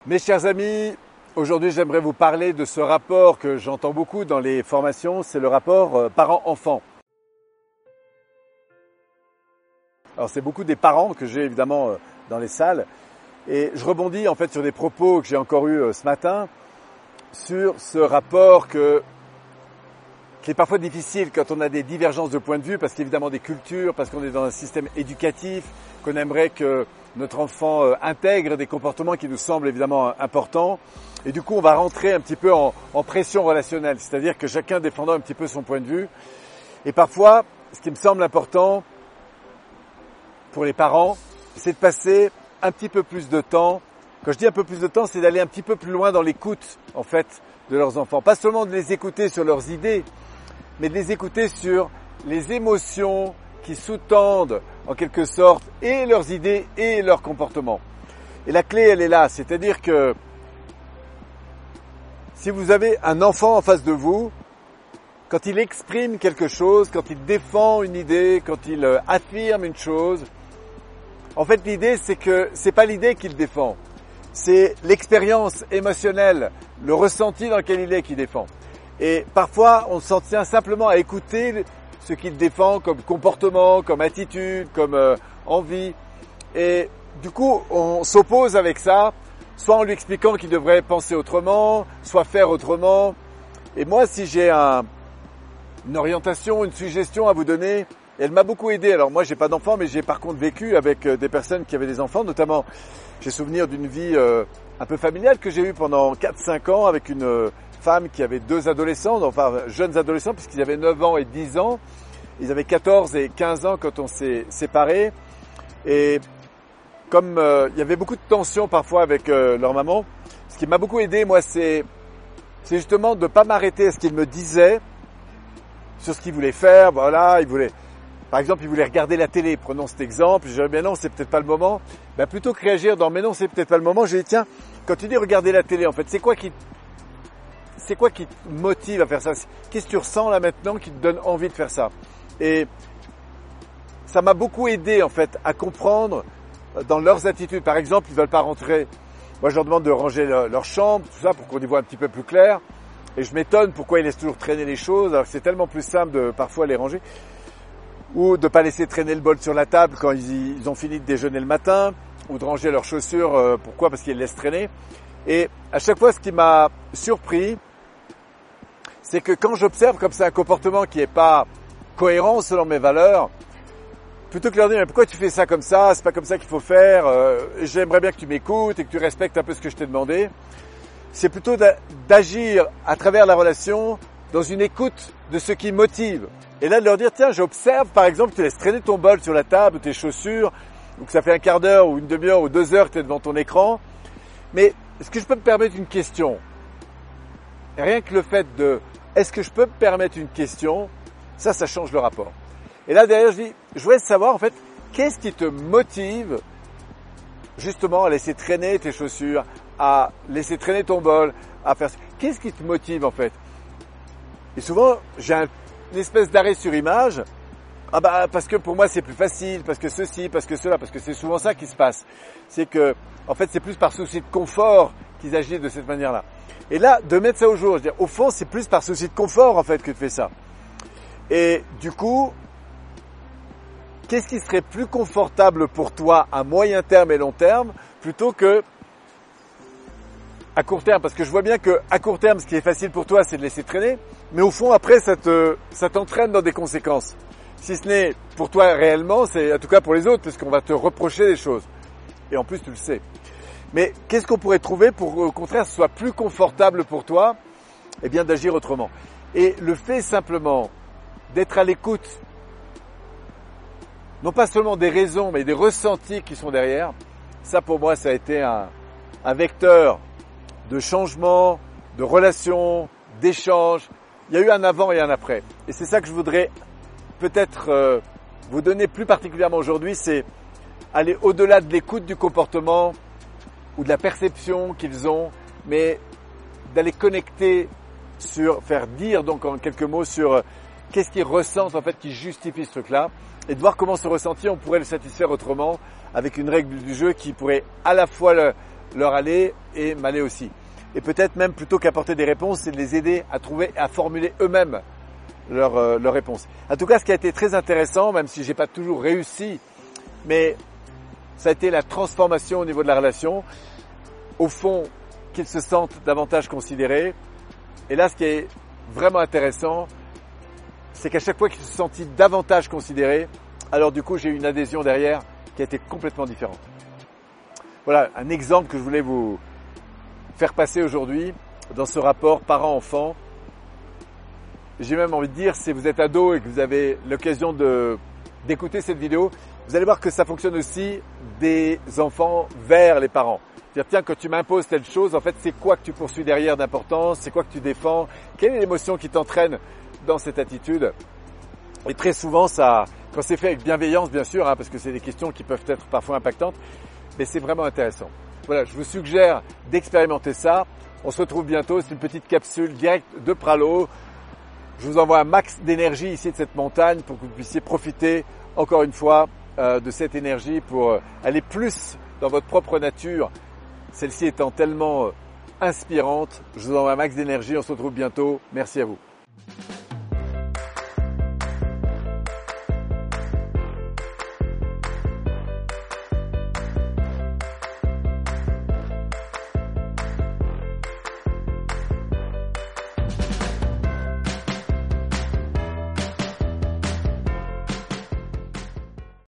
Mes chers amis, aujourd'hui j'aimerais vous parler de ce rapport que j'entends beaucoup dans les formations, c'est le rapport parent-enfant. Alors c'est beaucoup des parents que j'ai évidemment dans les salles et je rebondis en fait sur des propos que j'ai encore eus ce matin sur ce rapport qui est parfois difficile quand on a des divergences de point de vue parce qu'évidemment des cultures, parce qu'on est dans un système éducatif, qu'on aimerait que notre enfant intègre des comportements qui nous semblent évidemment importants. Et du coup, on va rentrer un petit peu en pression relationnelle, c'est-à-dire que chacun défendant un petit peu son point de vue. Et parfois, ce qui me semble important pour les parents, c'est de passer un petit peu plus de temps. Quand je dis un peu plus de temps, c'est d'aller un petit peu plus loin dans l'écoute, en fait, de leurs enfants. Pas seulement de les écouter sur leurs idées, mais de les écouter sur les émotions qui sous-tendent en quelque sorte et leurs idées et leurs comportements. Et la clé, elle est là, c'est-à-dire que si vous avez un enfant en face de vous, quand il exprime quelque chose, quand il défend une idée, quand il affirme une chose, en fait l'idée c'est que c'est pas l'idée qu'il défend, c'est l'expérience émotionnelle, le ressenti dans lequel il est qui défend. Et parfois on s'en tient simplement à écouter ce qu'il défend comme comportement, comme attitude, comme envie. Et du coup, on s'oppose avec ça, soit en lui expliquant qu'il devrait penser autrement, soit faire autrement. Et moi, si j'ai une orientation, une suggestion à vous donner, elle m'a beaucoup aidé. Alors moi, j'ai pas d'enfant, mais j'ai par contre vécu avec des personnes qui avaient des enfants, notamment j'ai souvenir d'une vie un peu familiale que j'ai eue pendant 4-5 ans avec une femme qui avait 2 adolescents, enfin jeunes adolescents puisqu'ils avaient 9 ans et 10 ans. Ils avaient 14 et 15 ans quand on s'est séparés. Et comme il y avait beaucoup de tensions parfois avec leur maman, ce qui m'a beaucoup aidé, moi, c'est justement de ne pas m'arrêter à ce qu'ils me disaient sur ce qu'ils voulaient faire. Voilà, par exemple, ils voulaient regarder la télé. Prenons cet exemple. Je disais, mais non, c'est peut-être pas le moment. Ben, plutôt que réagir dans, mais non, c'est peut-être pas le moment, j'ai dit, tiens, quand tu dis regarder la télé, en fait, c'est quoi qui te motive à faire ça? Qu'est-ce que tu ressens là maintenant qui te donne envie de faire ça? Et ça m'a beaucoup aidé en fait à comprendre dans leurs attitudes. Par exemple, ils veulent pas rentrer. Moi, je leur demande de ranger leur chambre, tout ça, pour qu'on y voit un petit peu plus clair. Et je m'étonne pourquoi ils laissent toujours traîner les choses, alors que c'est tellement plus simple de parfois les ranger. Ou de pas laisser traîner le bol sur la table quand ils ont fini de déjeuner le matin, ou de ranger leurs chaussures. Pourquoi? Parce qu'ils les laissent traîner. Et à chaque fois, ce qui m'a surpris, c'est que quand j'observe comme ça un comportement qui est pas cohérent selon mes valeurs, plutôt que de leur dire mais pourquoi tu fais ça comme ça, c'est pas comme ça qu'il faut faire, j'aimerais bien que tu m'écoutes et que tu respectes un peu ce que je t'ai demandé, c'est plutôt d'agir à travers la relation dans une écoute de ce qui motive. Et là de leur dire tiens, j'observe par exemple que tu laisses traîner ton bol sur la table ou tes chaussures, ou que ça fait un quart d'heure ou une demi-heure ou 2 heures que tu es devant ton écran, mais est-ce que je peux me permettre une question? Et rien que le fait de est-ce que je peux me permettre une question, ça change le rapport. Et là derrière je dis, je voudrais savoir en fait, qu'est-ce qui te motive justement à laisser traîner tes chaussures, à laisser traîner ton bol, à faire... Qu'est-ce qui te motive en fait? Et souvent j'ai une espèce d'arrêt sur image, ah bah parce que pour moi c'est plus facile, parce que ceci, parce que cela, parce que c'est souvent ça qui se passe. C'est que en fait c'est plus par souci de confort qu'ils agissent de cette manière-là. Et là, de mettre ça au jour, je veux dire, au fond, c'est plus par souci de confort, en fait, que tu fais ça. Et du coup, qu'est-ce qui serait plus confortable pour toi à moyen terme et long terme, plutôt que à court terme? Parce que je vois bien que à court terme, ce qui est facile pour toi, c'est de laisser traîner. Mais au fond, après, ça t'entraîne dans des conséquences. Si ce n'est pour toi réellement, c'est en tout cas pour les autres, parce qu'on va te reprocher des choses. Et en plus, tu le sais. Mais qu'est-ce qu'on pourrait trouver pour au contraire ce soit plus confortable pour toi? Eh bien d'agir autrement. Et le fait simplement d'être à l'écoute, non pas seulement des raisons, mais des ressentis qui sont derrière, ça pour moi ça a été un vecteur de changement, de relation, d'échange. Il y a eu un avant et un après. Et c'est ça que je voudrais peut-être vous donner plus particulièrement aujourd'hui, c'est aller au-delà de l'écoute du comportement, ou de la perception qu'ils ont, mais d'aller connecter faire dire donc en quelques mots sur qu'est-ce qu'ils ressentent en fait qui justifie ce truc-là, et de voir comment ce ressenti on pourrait le satisfaire autrement, avec une règle du jeu qui pourrait à la fois leur aller et m'aller aussi. Et peut-être même plutôt qu'apporter des réponses, c'est de les aider à trouver, à formuler eux-mêmes leurs réponses. En tout cas, ce qui a été très intéressant, même si j'ai pas toujours réussi, mais ça a été la transformation au niveau de la relation. Au fond, qu'ils se sentent davantage considérés. Et là, ce qui est vraiment intéressant, c'est qu'à chaque fois qu'ils se sont sentis davantage considérés, alors du coup, j'ai eu une adhésion derrière qui a été complètement différente. Voilà un exemple que je voulais vous faire passer aujourd'hui dans ce rapport parent-enfant. J'ai même envie de dire, si vous êtes ado et que vous avez l'occasion d'écouter cette vidéo, vous allez voir que ça fonctionne aussi des enfants vers les parents. C'est-à-dire, tiens, quand tu m'imposes telle chose, en fait, c'est quoi que tu poursuis derrière d'importance? C'est quoi que tu défends? Quelle est l'émotion qui t'entraîne dans cette attitude? Et très souvent, quand c'est fait avec bienveillance, bien sûr, parce que c'est des questions qui peuvent être parfois impactantes, mais c'est vraiment intéressant. Voilà, je vous suggère d'expérimenter ça. On se retrouve bientôt. C'est une petite capsule directe de Pralo. Je vous envoie un max d'énergie ici de cette montagne pour que vous puissiez profiter, encore une fois, de cette énergie pour aller plus dans votre propre nature. Celle-ci étant tellement inspirante, je vous envoie un max d'énergie, on se retrouve bientôt. Merci à vous.